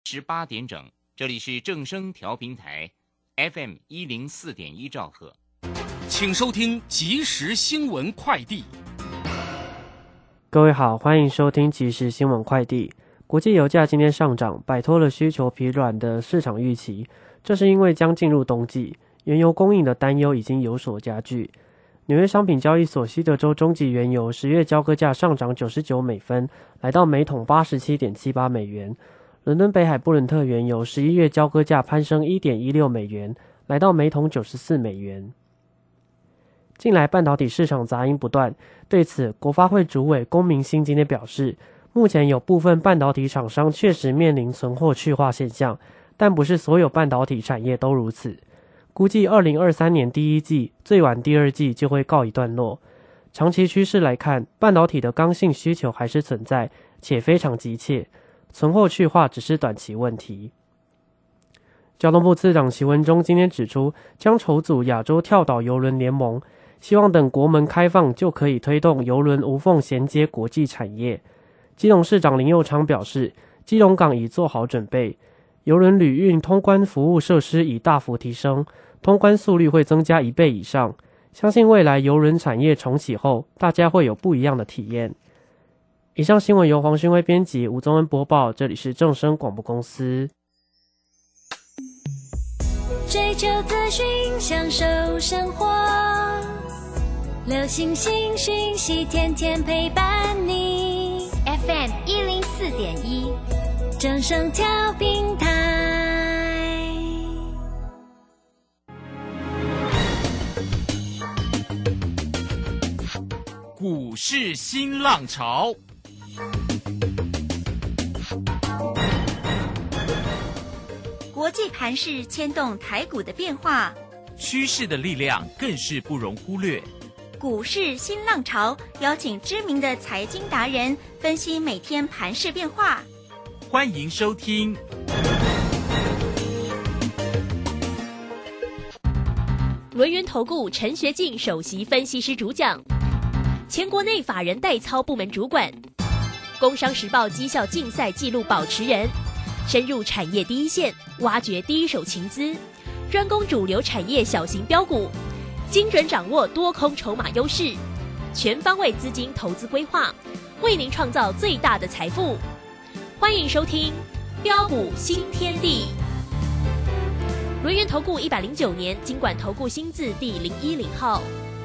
18点整，这里是正声调频台 FM 104.1兆赫， 请收听即时新闻快递。 各位好，欢迎收听即时新闻快递。国际油价今天上涨，摆脱了需求疲软的市场预期，这是因为将进入冬季，原油供应的担忧已经有所加剧。纽约商品交易所西德州中级原油10月交割价上涨99美分，来到每桶 87.78 美元。伦敦北海布伦特原油11月交割价攀升 1.16 美元，来到每桶94美元。近来半导体市场杂音不断，对此国发会主委龚明鑫今天表示，目前有部分半导体厂商确实面临存货去化现象，但不是所有半导体产业都如此。估计2023年第一季，最晚第二季就会告一段落。长期趋势来看，半导体的刚性需求还是存在，且非常急切，存货去化只是短期问题。交通部次长齐文忠今天指出，将筹组亚洲跳岛邮轮联盟，希望等国门开放就可以推动邮轮无缝衔接国际产业。基隆市长林右昌表示，基隆港已做好准备，邮轮旅运通关服务设施已大幅提升，通关速率会增加1倍以上，相信未来邮轮产业重启后，大家会有不一样的体验。以上新闻由黄勋威编辑，吴宗恩播报，这里是正声广播公司。 追求资讯，享受生活，流行新讯息，天天陪伴你。FM 104.1，正声调频台。 股市新浪潮， 国际盘势牵动台股的变化， 趋势的力量更是不容忽略。 股市新浪潮邀请知名的财经达人分析每天盘势变化。 欢迎收听轮源投顾陈学进首席分析师主讲，前国内法人代操部门主管，工商时报绩效竞赛纪录保持人，深入产业第一线，挖掘第一手情资，专攻主流产业小型标股，精准掌握多空筹码优势，全方位资金投资规划，为您创造最大的财富。欢迎收听标股新天地。轮源投顾109年金管投顾新字第010号。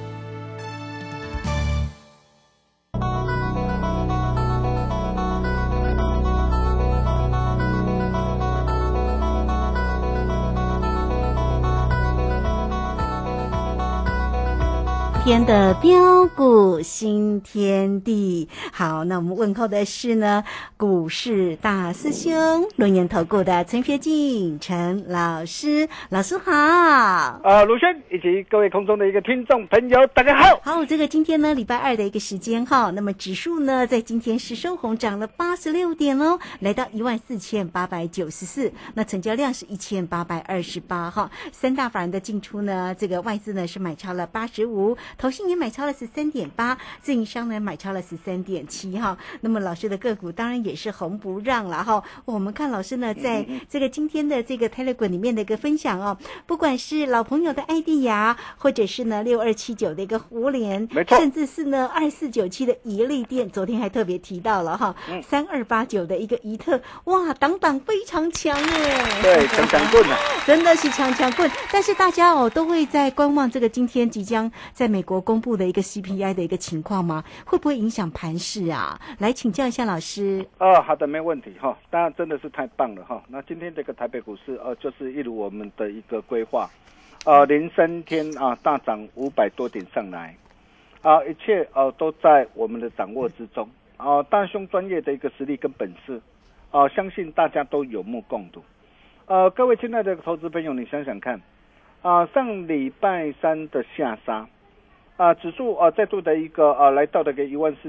天的标股新天地。好，那我们问候的是呢股市大师兄轮源投顾的陈学进陈老师，老师好。 卢轩以及各位空中的一个听众朋友大家好。 好，这个今天呢礼拜二的一个时间哈，那么指数呢在今天是收红，涨了86点哦，来到14894，那成交量是1828哈。三大法人的进出呢，这个外资呢是买超了85，投信也买超了13.8，自营商呢买超了13.7哈。那么老师的个股当然也是红不让了哈。我们看老师呢在这个今天的这个 Telegram 里面的一个分享哦，不管是老朋友的爱地亚，或者是呢6279的一个胡联，甚至是呢2497的宜利电，昨天还特别提到了哈，3289的一个怡特，哇，档非常强耶。 对，强棍啊， 真的是强棍。但是大家哦都会在观望这个今天即将在美国公布的一个 CPI 的一个情况吗？会不会影响盘势啊？来请教一下老师。 好的，没问题哈。当然真的是太棒了哈。那今天这个台北股市就是一如我们的一个规划，连3天大涨500多点上来，一切都在我们的掌握之中。大兄专业的一个实力跟本事，相信大家都有目共睹。各位亲爱的投资朋友，你想想看，上礼拜三的下杀，指数再度的一个来到了个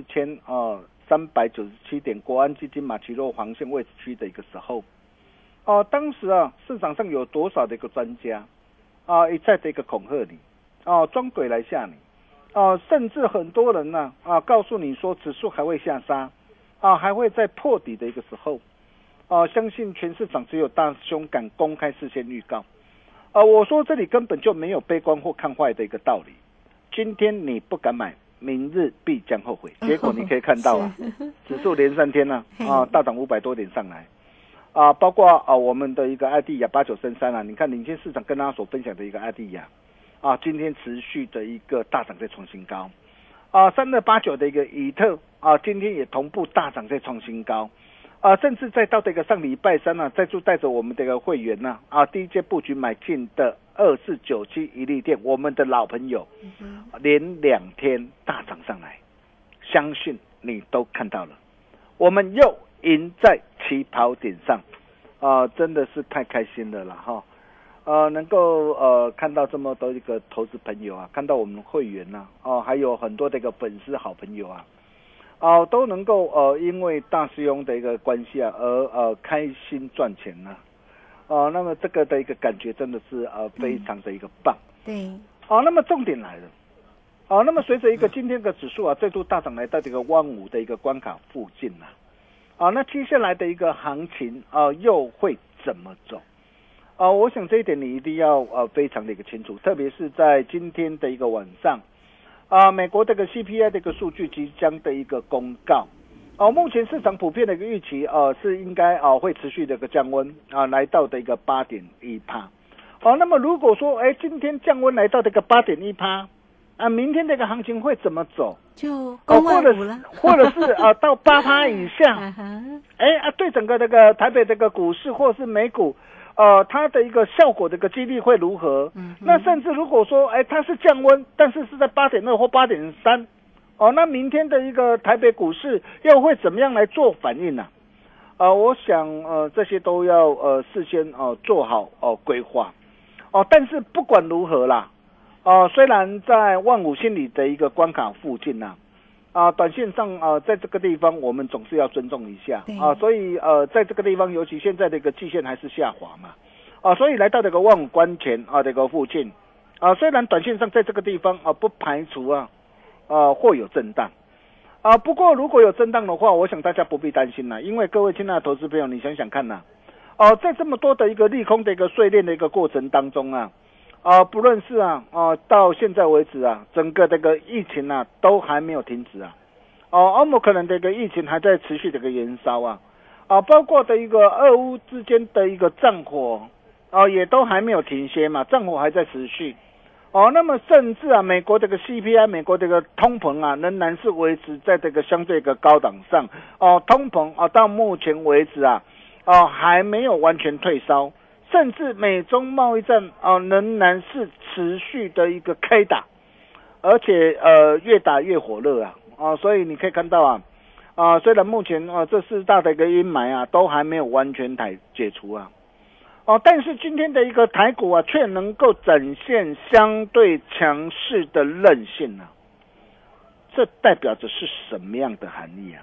14397点，国安基金马奇诺黄线位置区的一个时候，当时市场上有多少的一个专家一再的一个恐吓你，装鬼来吓你，甚至很多人告诉你说指数还会下杀，还会在破底的一个时候， 相信全市场只有大兄敢公开事先预告。我说这里根本就没有悲观或看坏的一个道理。今天你不敢买，明日必将后悔。结果你可以看到指数连3天大涨500多点上来。包括我们的一个艾地亚8933你看领先市场跟大家所分享的一个艾地亚今天持续的一个大涨在创新高3289的一个以特今天也同步大涨在创新高甚至再到这个上礼拜三再就带着我们的一个会员第一阶布局买进的2497一利电，我们的老朋友连2天大涨上来，相信你都看到了，我们又赢在起跑点上真的是太开心了啦能够看到这么多一个投资朋友看到我们会员还有很多的一个粉丝好朋友都能够因为大师兄的一个关系而开心赚钱那么这个的一个感觉真的是非常的一个棒。 对那么重点来了那么随着一个今天的指数再度大涨来到这个15000的一个关卡附近那接下来的一个行情又会怎么走我想这一点你一定要非常的一个清楚，特别是在今天的一个晚上美国这个 CPI 的一个数据即将的一个公告目前市场普遍的一个预期是应该会持续的一个降温来到的一个 8.1%那么如果说今天降温来到这个 8.1%明天这个行情会怎么走？ 就攻15000了， 或者是到8%以下对整个这个台北这个股市或是美股它的一个效果的一个几率会如何？那甚至如果说它是降温，但是是在 8.2 或 8.3那明天的一个台北股市又会怎么样来做反应呢？我想这些都要事先做好规划但是不管如何啦虽然在15000心里的一个关卡附近短线上在这个地方我们总是要尊重一下所以在这个地方尤其现在的一个季线还是下滑嘛所以来到这个15000关前这个附近虽然短线上在这个地方不排除会有震荡不过如果有震荡的话，我想大家不必担心因为各位亲爱的投资朋友，你想想看在这么多的一个利空的一个碎裂的一个过程当中不论是到现在为止整个这个疫情都还没有停止欧盟可能这个疫情还在持续的一个延烧包括的一个俄乌之间的一个战火也都还没有停歇嘛，战火还在持续那么甚至美国这个 CPI 美国这个通膨仍然是维持在这个相对一个高档上通膨到目前为止还没有完全退烧，甚至美中贸易战仍然是持续的一个开打，而且越打越火热所以你可以看到虽然目前这4大的一个阴霾都还没有完全解除但是今天的一个台股却能够展现相对强势的韧性这代表着是什么样的含义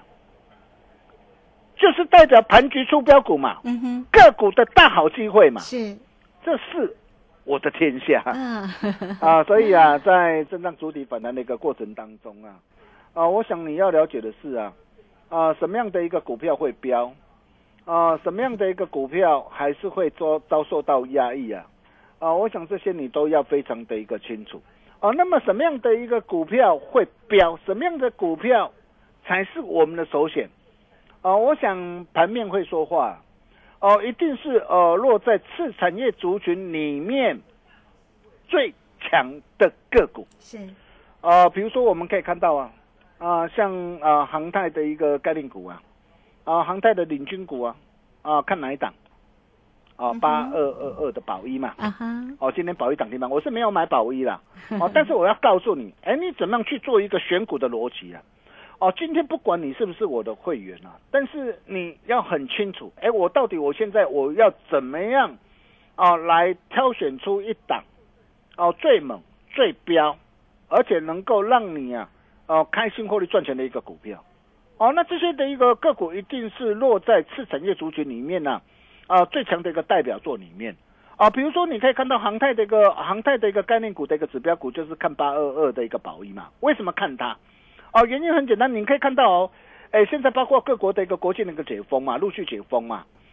就是代表盘局出标股嘛，个股的大好机会嘛， 是， 这是我的天下所以在震荡主体反弹的一个过程当中我想你要了解的是什么样的一个股票会飙什么样的一个股票还是会遭受到压抑我想这些你都要非常的一个清楚那么什么样的一个股票会飙，什么样的股票才是我们的首选我想盘面会说话一定是落在次产业族群里面最强的个股是比如说我们可以看到像航太的一个概念股航太的领军股看哪一档8222的宝一嘛今天宝一涨停板，我是没有买宝一啦但是我要告诉你你怎么样去做一个选股的逻辑今天不管你是不是我的会员但是你要很清楚我到底现在我要怎么样来挑选出一档最猛最标而且能够让你开心获利赚钱的一个股票那这些的一个个股一定是落在次产业族群里面最强的一个代表作里面比如说你可以看到航太的一个概念股的一个指标股，就是看822的一个宝一嘛。为什么看它原因很简单，你可以看到现在包括各国的一个国境的一个解封嘛，陆续解封嘛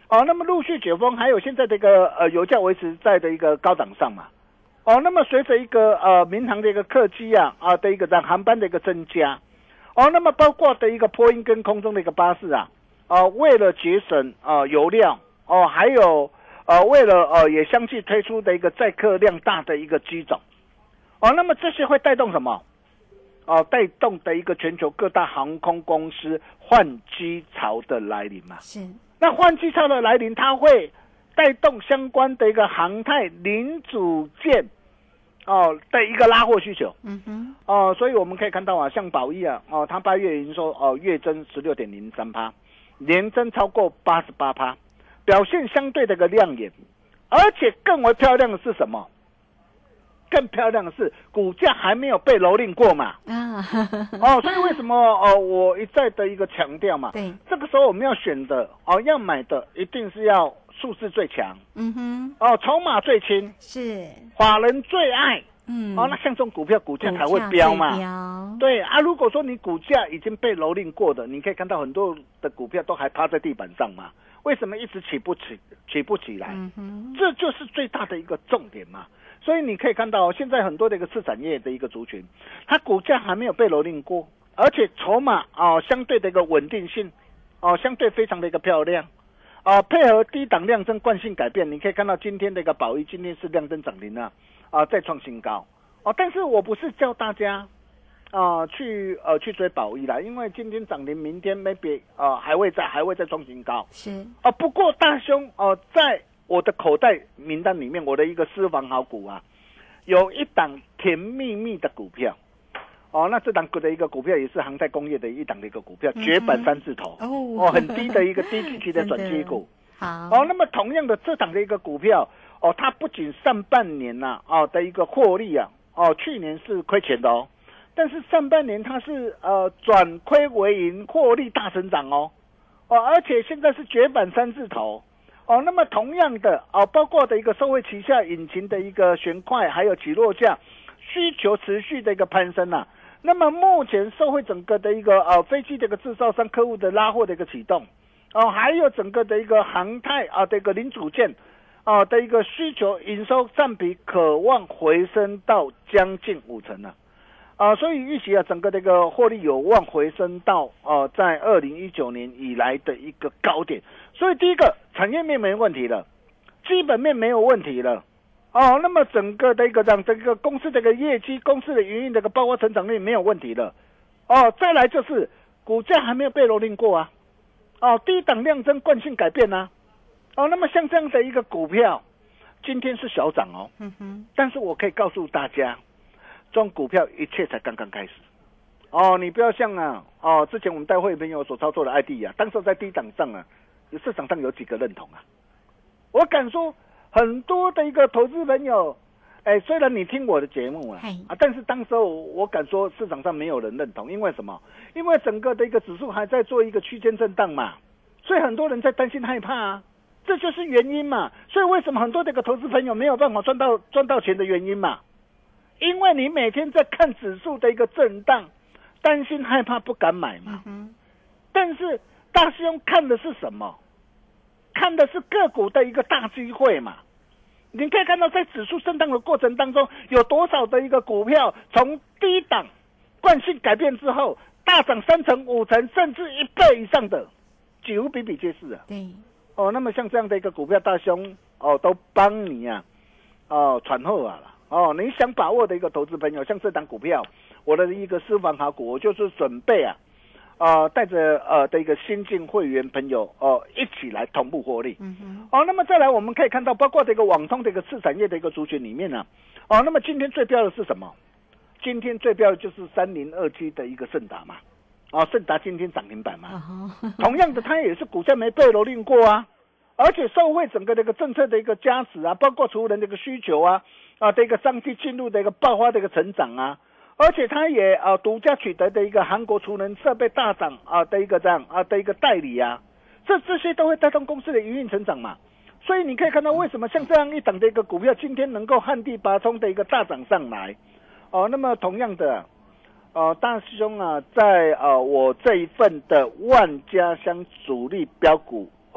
那么陆续解封，还有现在这个油价维持在的一个高档上嘛。那么随着一个民航的一个客机的一个航班的一个增加，那么包括的一个波音跟空中的一个巴士为了节省油料还有为了也相继推出的一个载客量大的一个机种那么这些会带动什么？带动的一个全球各大航空公司换机潮的来临嘛。 是。 那换机潮的来临，它会带动相关的一个航太零组件的一个拉货需求。所以我们可以看到像宝一它8月营收月增 16.03%， 年增超过 88%， 表现相对的一个亮眼。而且更为漂亮的是什么？更漂亮的是股价还没有被蹂躏过嘛。所以为什么我一再的一个强调嘛， 对， 这个时候我们要选的要买的一定是要数字最强，筹码最轻， 是法人最爱，那像这种股票股价才会飙嘛。对如果说你股价已经被蹂躏过的，你可以看到很多的股票都还趴在地板上嘛，为什么一直起不起来？这就是最大的一个重点嘛。所以你可以看到现在很多的一个次产业的一个族群，它股价还没有被蹂躏过，而且筹码相对的一个稳定性相对非常的一个漂亮配合低档量增惯性改变，你可以看到今天的一个宝一今天是量增涨停再创新高但是我不是叫大家去追宝一啦，因为今天涨停，明天 maybe 还会再创新高。 是不过大兄在我的口袋名单里面，我的一个私房好股有一档甜蜜蜜的股票那这档的一个股票也是航太工业的一档的一个股票，绝版3字头很低的一个低基期的转机股。 好那么同样的这档的一个股票它不仅上半年的一个获利去年是亏钱的但是上半年它是转亏为盈，获利大成长而且现在是绝版3字头那么同样的包括的一个受惠旗下引擎的一个旋快，还有起落架需求持续的一个攀升那么目前受惠整个的一个飞机的一个制造商客户的拉货的一个启动还有整个的一个航太的一个零组件的一个需求营收占比可望回升到将近50%所以预期整个这个获利有望回升到在2019年以来的一个高点。所以第一个产业面没问题了，基本面没有问题了那么整个的一个让这个公司的一个业绩、公司的营运的一个包括成长率没有问题了再来就是股价还没有被蹂躏过低档量增惯性改变那么像这样的一个股票，今天是小涨但是我可以告诉大家，这种股票一切才刚刚开始你不要像之前我们带会朋友所操作的 ID 当时在低档上市场上有几个认同我敢说很多的一个投资朋友虽然你听我的节目但是当时候我敢说市场上没有人认同，因为什么？因为整个的一个指数还在做一个区间震荡嘛，所以很多人在担心害怕这就是原因嘛。所以为什么很多这个投资朋友没有办法赚到钱的原因嘛？因为你每天在看指数的一个震荡，担心害怕不敢买嘛。但是大师兄看的是什么？看的是个股的一个大机会嘛。你可以看到在指数震荡的过程当中，有多少的一个股票从低档惯性改变之后大涨3成、5成，甚至1倍以上的，几乎比比皆是对那么像这样的一个股票，大兄都帮你传后了你想把握的一个投资朋友，像这档股票，我的一个私房好股，我就是准备带着的一个新进会员朋友一起来同步获利。那么再来我们可以看到，包括这个网通的一个次产业的一个族群里面那么今天最标的是什么？今天最标的就是3027的一个盛达嘛。盛达今天涨停板嘛。同样的，它也是股价没被蹂躏过而且受惠整个这个政策的一个加持包括储能的一个需求的一个商机进入的一个爆发的一个成长而且它也独家取得的一个韩国储能设备大涨的一个这样的一个代理这些都会带动公司的营运成长嘛。所以你可以看到为什么像这样一档的一个股票今天能够旱地拔葱的一个大涨上来那么同样的大师兄在我这一份的万家乡主力标股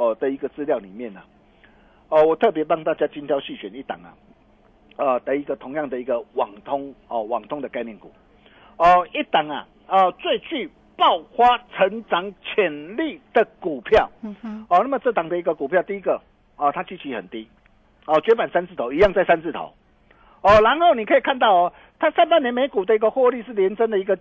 的一个资料里面呢，我特别帮大家精挑细选一档的一个同样的一个网通的概念股，一档最具爆发成长潜力的股票，那么这档的一个股票，第一个它基期很低，绝版3字头，一样在3字头，然后你可以看到它上半年每股的一个获利是连增的一个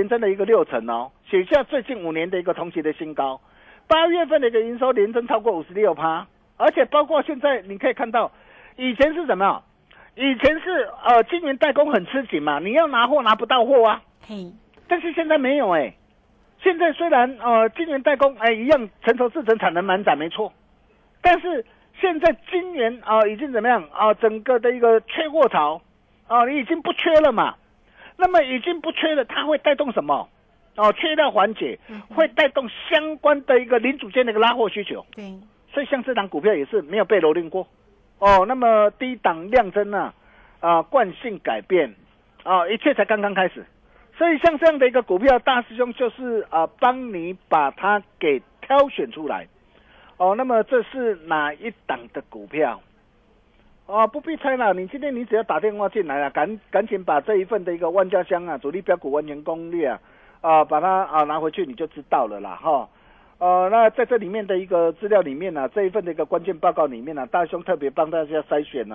6%写下最近5年的一个同期的新高，8月份的一个营收连增超过56%，而且包括现在你可以看到，以前是什么？以前是晶圆代工很吃紧嘛，你要拿货拿不到货啊，但是现在没有现在虽然晶圆代工一样成熟制程产能满载没错，但是现在晶圆已经怎么样整个的一个缺货潮你已经不缺了嘛，那么已经不缺了，它会带动什么？缺料缓解，会带动相关的一个零组件的一个拉货需求。 对， 所以像这档股票也是没有被蹂躏过那么低档量增惯性改变一切才刚刚开始。所以像这样的一个股票，大师兄就是帮你把它给挑选出来那么这是哪一档的股票不必猜了，你今天你只要打电话进来了，赶紧把这一份的一个万家香主力标股完全攻略把它拿回去你就知道了啦那在这里面的一个资料里面这一份的一个关键报告里面大师兄特别帮大家筛选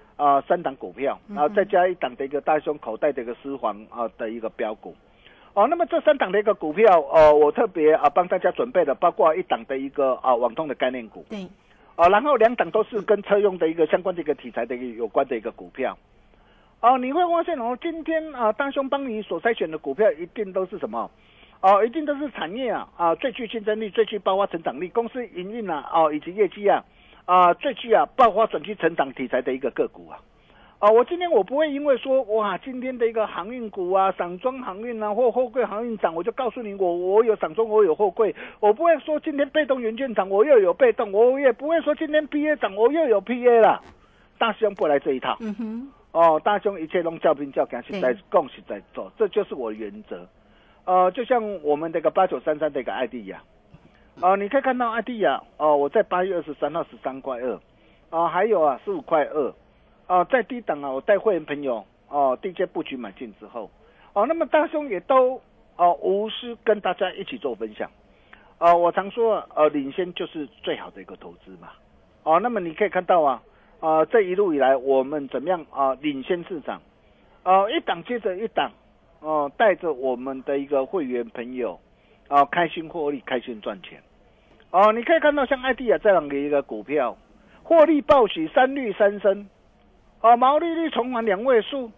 3档股票，然后再加1档的一个大师兄口袋的一个私房的一个标股那么这3档的一个股票我特别帮大家准备的，包括1档的一个网通的概念股， 对然后2档都是跟车用的一个相关的一个题材的一个有关的一个股票你会发现今天大兄帮你所筛选的股票一定都是什么一定都是产业最具竞争力、最具爆发成长力，公司营运以及业绩最具爆发转机成长题材的一个个股我今天我不会因为说哇今天的一个航运股散装航运或货柜航运涨，我就告诉你我有散装我有货柜，我不会说今天被动元件涨我又有被动，我也不会说今天 PA 涨我又有 PA 啦，大兄不来这一套大兄一切都照拼照讲，实在讲实在做，这就是我的原则就像我们这个8933的一个艾迪亚你可以看到艾迪亚我在8月23号13块2还有15块2在低档我带会员朋友低阶布局买进之后那么大兄也都无私跟大家一起做分享我常说领先就是最好的一个投资嘛那么你可以看到这一路以来我们怎么样领先市场一档接着一档带着我们的一个会员朋友开心获利开心赚钱你可以看到像艾迪亚这样的一个股票获利报喜3率3升毛利率重返2位数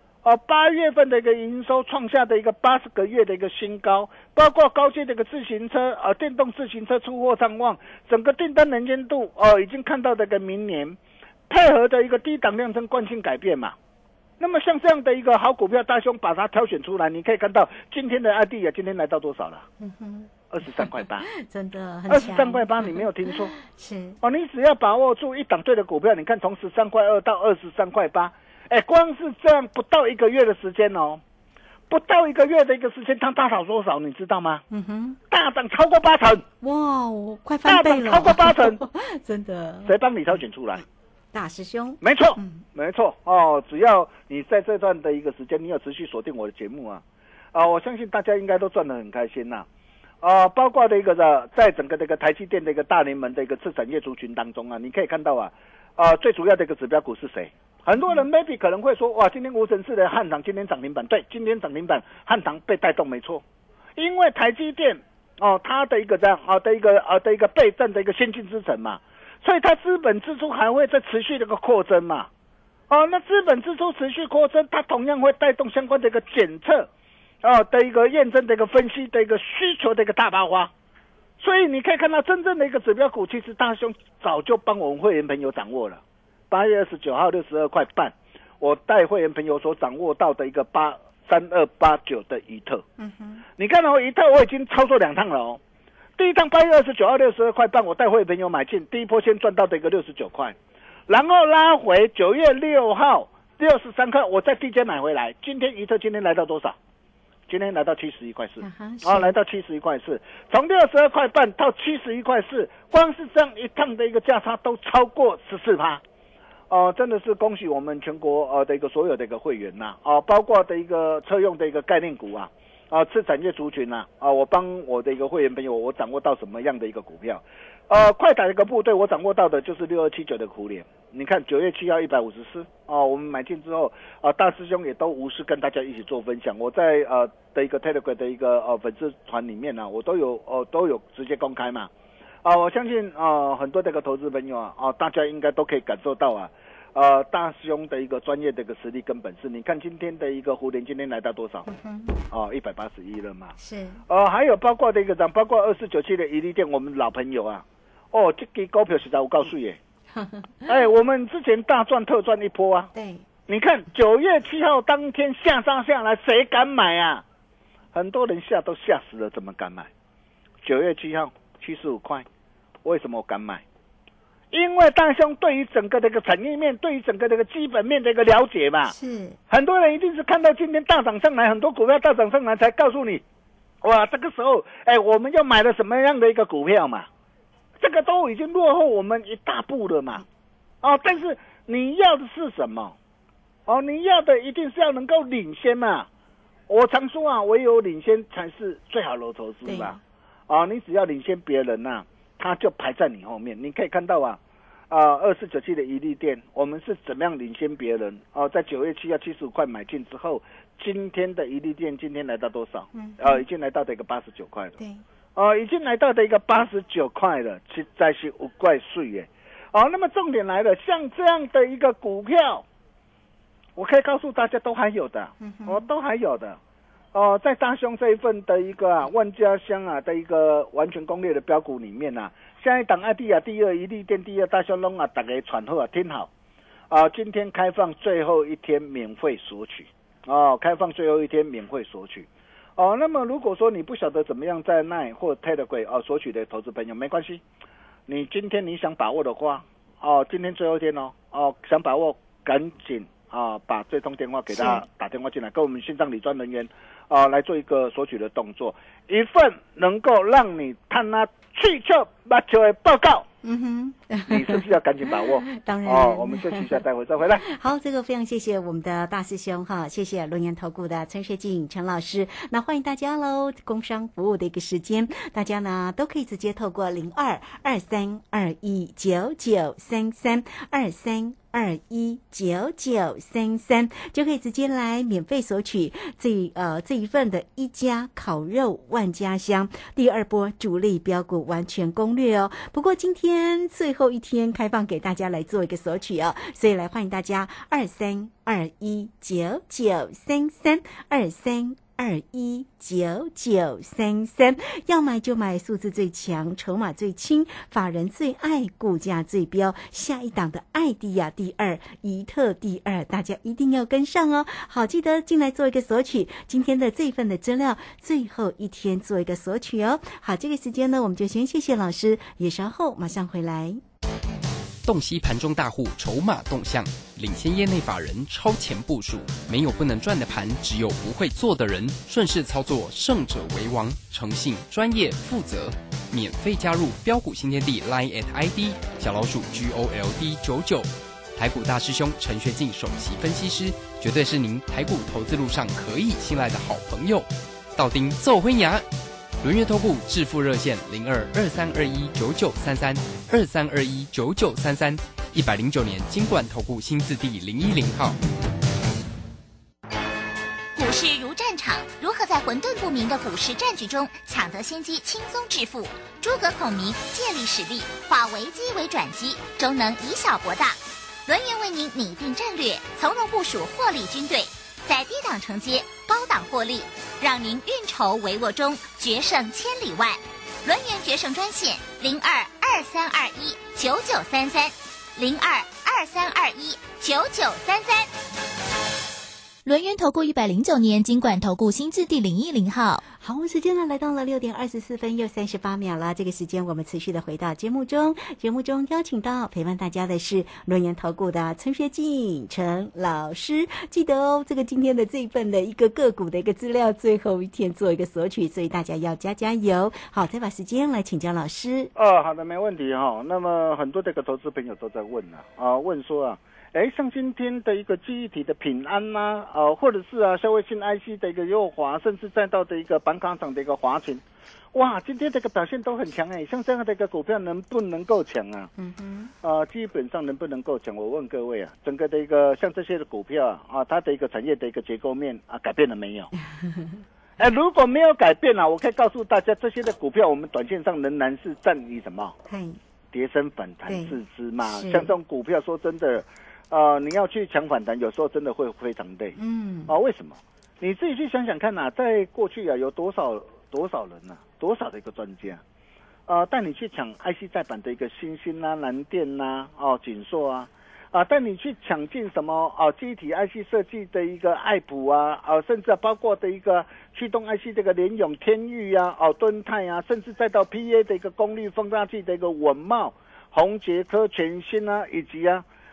8月份的一个营收创下的一个80个月的一个新高，包括高阶的一个自行车电动自行车出货畅旺，整个订单能见度已经看到的一个明年，配合的一个低档量增惯性改变嘛。那么像这样的一个好股票，大兄把它挑选出来，你可以看到今天的艾迪亚今天来到多少了？23块8， 真的很强 23块8，你没有听错是你只要把握住一档对的股票，你看从13块2到23块8，光是这样不到1个月的时间不到1个月的一个时间，它大涨多少你知道吗？大涨超过8成， 哇，快翻倍了， 大涨超过8成， 真的， 谁帮你挑选出来？ 大师兄， 没错，没错只要你在这段的一个时间，你有持续锁定我的节目我相信大家应该都赚得很开心包括的一个在整个这个台积电的一个大联盟的一个次产业族群当中你可以看到最主要的一个指标股是谁？很多人 maybe 可能会说，哇，今天无尘室的汉唐今天涨停板，对，今天涨停板汉唐被带动没错，因为台积电它的一个这样的一个备战的一个先进制程嘛，所以它资本支出还会再持续的一个扩增嘛，那资本支出持续扩增，它同样会带动相关的一个检测的一个验证的一个分析的一个需求的一个大爆发，所以你可以看到真正的一个指标股，其实大兄早就帮我们会员朋友掌握了。8月29号62块半，我带会员朋友所掌握到的一个3289的怡特，你看怡特我已经操作2趟了第一趟8月29号62块半，我带会员朋友买进，第一波先赚到的一个69块，然后拉回9月6号63块，我在低阶买回来，今天怡特今天来到多少？ 今天来到71块4，来到71块4，从62块半到71块4，光是这样一趟的一个价差都超过14%。真的是恭喜我们全国的一个所有的一个会员呐，包括的一个车用的一个概念股啊，次产业族群呐，我帮我的一个会员朋友，我掌握到什么样的一个股票？快打一个部队，我掌握到的就是6279的苦联。你看9月7号154，我们买进之后，大师兄也都无私跟大家一起做分享。我在的一个 Telegram 的一个粉丝团里面呢，我都有直接公开嘛。我相信很多这个投资朋友大家应该都可以感受到大师兄的一个专业的一个实力跟本事。你看今天的一个胡联今天来到多少？181了嘛。是。还有包括的一个包括2497的宜利电，我们老朋友这支股票实在我告诉你，我们之前大赚特赚一波啊。对。你看9月7号当天下杀下来，谁敢买啊？很多人都吓死了，怎么敢买？9月7号75块，为什么我敢买？因为大兄对于整个这个产业面，对于整个这个基本面的一个了解嘛，是很多人一定是看到今天大涨上来，很多股票大涨上来才告诉你，哇，这个时候我们要买了什么样的一个股票嘛，这个都已经落后我们一大步了嘛，但是你要的是什么？你要的一定是要能够领先嘛。我常说唯有领先才是最好的投资吧。你只要领先别人他就排在你后面。你可以看到2497的宜利电，我们是怎么样领先别人？在9月7号75块买进之后，今天的宜利电今天来到多少？已经来到的一个89块了。对，已经来到的一个89块了，实在是有怪水耶。那么重点来了，像这样的一个股票，我可以告诉大家都还有的，都还有的。在大兄这一份的一个万家香的一个完全攻略的标股里面现在档爱第第二宜利电第二大兄龙大家传好听好今天开放最后一天免费索取开放最后一天免费索取那么如果说你不晓得怎么样在Line或 Telegram索取的投资朋友没关系，你今天你想把握的话今天最后一天想把握赶紧把这通电话给他打电话进来，跟我们线上理专人员来做一个索取的动作，一份能够让你看他脆笑把球的报告。你是不是要赶紧把握？当然我们休息一下，待会再回来。 好，这个非常谢谢我们的大师兄谢谢轮研投顾的陈学进陈老师。那欢迎大家喽，工商服务的一个时间，大家呢都可以直接透过022321993323219933就可以直接来免费索取这一份的一家烤肉万家香第二波主力标股完全攻略不过今天最后一天开放给大家来做一个索取所以来欢迎大家2321993323219933，要买就买数字最强，筹码最轻，法人最爱，股价最标，下一档的艾迪亚第二，怡特第二，大家一定要跟上好，记得进来做一个索取，今天的这份的资料最后一天做一个索取好，这个时间呢我们就先谢谢老师，也稍后马上回来。 洞悉盘中大户筹码动向，领先业内法人超前部署，没有不能赚的盘，只有不会做的人。顺势操作，胜者为王。诚信、专业、负责，免费加入标股新天地 Line ID 小老鼠 GOLD99。台股大师兄陈学进首席分析师，绝对是您台股投资路上可以信赖的好朋友。道丁奏辉牙。轮源投顾致富热线022321993323219933，109年金管投顾新字第010号。 股市如战场，如何在混沌不明的股市战局中抢得先机，轻松致富？诸葛孔明借力使力，化危机为转机，终能以小博大。轮源为您拟定战略，从容部署获利军队，在低档承接，高档获利，让您运筹帷幄中决胜千里外。轮源决胜专线0223219933，0223219933。 轮源投顾109年金管投顾新字第010号。 好，时间呢来到了6点24分又38秒了。这个时间我们持续的回到节目中，节目中邀请到陪伴大家的是轮源投顾的陈学进陈老师。记得哦，这个今天的这一份的一个个股的一个资料，最后一天做一个索取，所以大家要加油。好，再把时间来请教老师。 好的，没问题哈。那么很多这个投资朋友都在问问说像今天的一个记忆体的品安呐，或者是消费性 IC 的一个右华，甚至再到的一个板卡厂的一个华勤，哇，今天这个表现都很强像这样的一个股票能不能够强啊？基本上能不能够强？我问各位整个的一个像这些的股票它的一个产业的一个结构面改变了没有？如果没有改变我可以告诉大家，这些的股票我们短线上仍然是占以什么？跌升反弹自知嘛。像这种股票，说真的。你要去抢反弹，有时候真的会非常累。为什么？你自己去想想看在过去有多少人多少的一个专家，带你去抢 IC 载板的一个新兴南电景硕带你去抢进什么记忆体 IC 设计的一个爱普甚至包括的一个驱动 IC 这个联咏、天钰敦泰甚至再到 PA 的一个功率放大器的一个稳懋、宏捷科、全新以及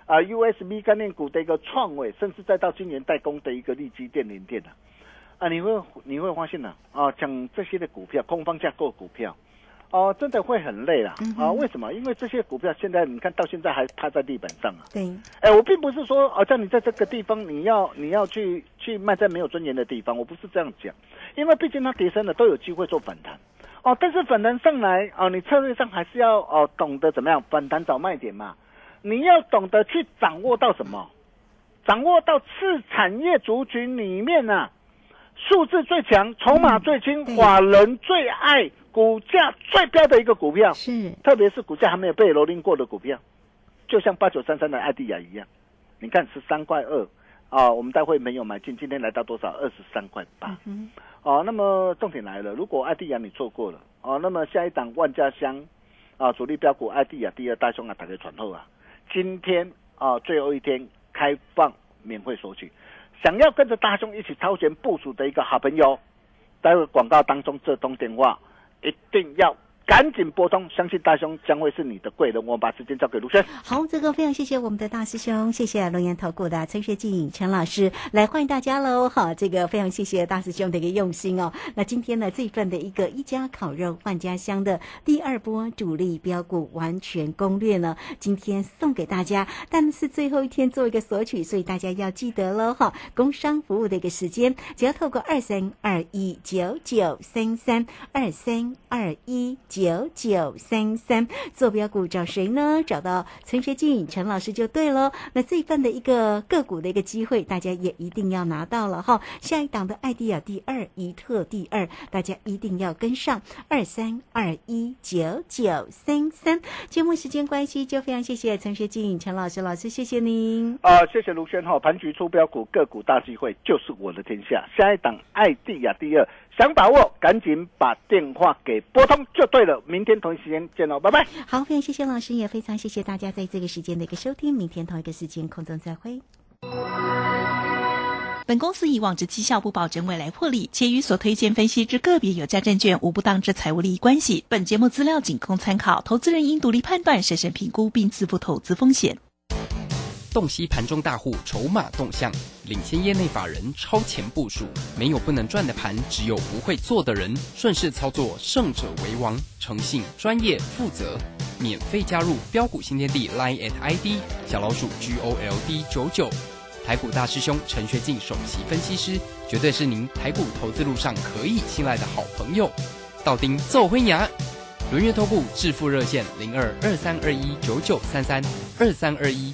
USB 概念股的一个创伟，甚至再到晶圆代工的一个力积电、联电你会发现讲这些的股票，空方架构股票真的会很累啦为什么？因为这些股票现在你看到现在还趴在地板上对， 我并不是说叫你在这个地方你要去卖在没有尊严的地方，我不是这样讲，因为毕竟它跌升了都有机会做反弹但是反弹上来你策略上还是要懂得怎么样反弹找卖点嘛。你要懂得去掌握到什么？掌握到次产业族群里面数字最强、筹码最轻、法人最爱、股价最标的一个股票， 是特别是股价还没有被蹂躏过的股票，就像8933的艾迪亚一样，你看13.2块我们待会没有买进，今天来到多少？23.8块。那么重点来了，如果艾迪亚你错过了那么下一档万家香主力标股艾迪亚第二大兄大家传后今天最后一天开放免费索取，想要跟着大兄一起超前部署的一个好朋友，待会广告当中这通电话一定要赶紧拨通，相信大兄将会是你的贵人。我们把时间交给卢轩。 好，这个非常谢谢我们的大师兄，谢谢龙岩投顾的陈学进陈老师来欢迎大家喽。好，这个非常谢谢大师兄的一个用心那今天呢这份的一个一家烤肉万家香的第二波主力标股完全攻略呢，今天送给大家，但是最后一天做一个索取，所以大家要记得喽工商服务的一个时间，只要透过2321993323219933做标股找谁呢？找到陈学进陈老师就对了。那这一份的一个个股的一个机会，大家也一定要拿到了下一档的艾迪亚第二、怡特第二，大家一定要跟上23219933。节目时间关系，就非常谢谢陈学进陈老师，谢谢您。 谢谢卢轩盘局出标股，个股大机会就是我的天下。下一档艾迪亚第二，想把握赶紧把电话给拨通就对了。明天同一时间见喽，拜拜。 好，非常谢谢老师，也非常谢谢大家在这个时间的一个收听，明天同一个时间空中再会。 本公司以往之绩效不保证未来获利，且与所推荐分析之个别有价证券无不当之财务利益关系。本节目资料仅供参考，投资人应独立判断、审慎评估并自负投资风险。 洞悉盘中大户筹码动向，领先业内法人超前部署，没有不能赚的盘，只有不会做的人。顺势操作，胜者为王。诚信、专业、负责，免费加入标股新天地 Line ID 小老鼠 GOLD99。台股大师兄陈学进首席分析师，绝对是您台股投资路上可以信赖的好朋友。道丁奏辉牙，轮月投顾致富热线0223219933，2321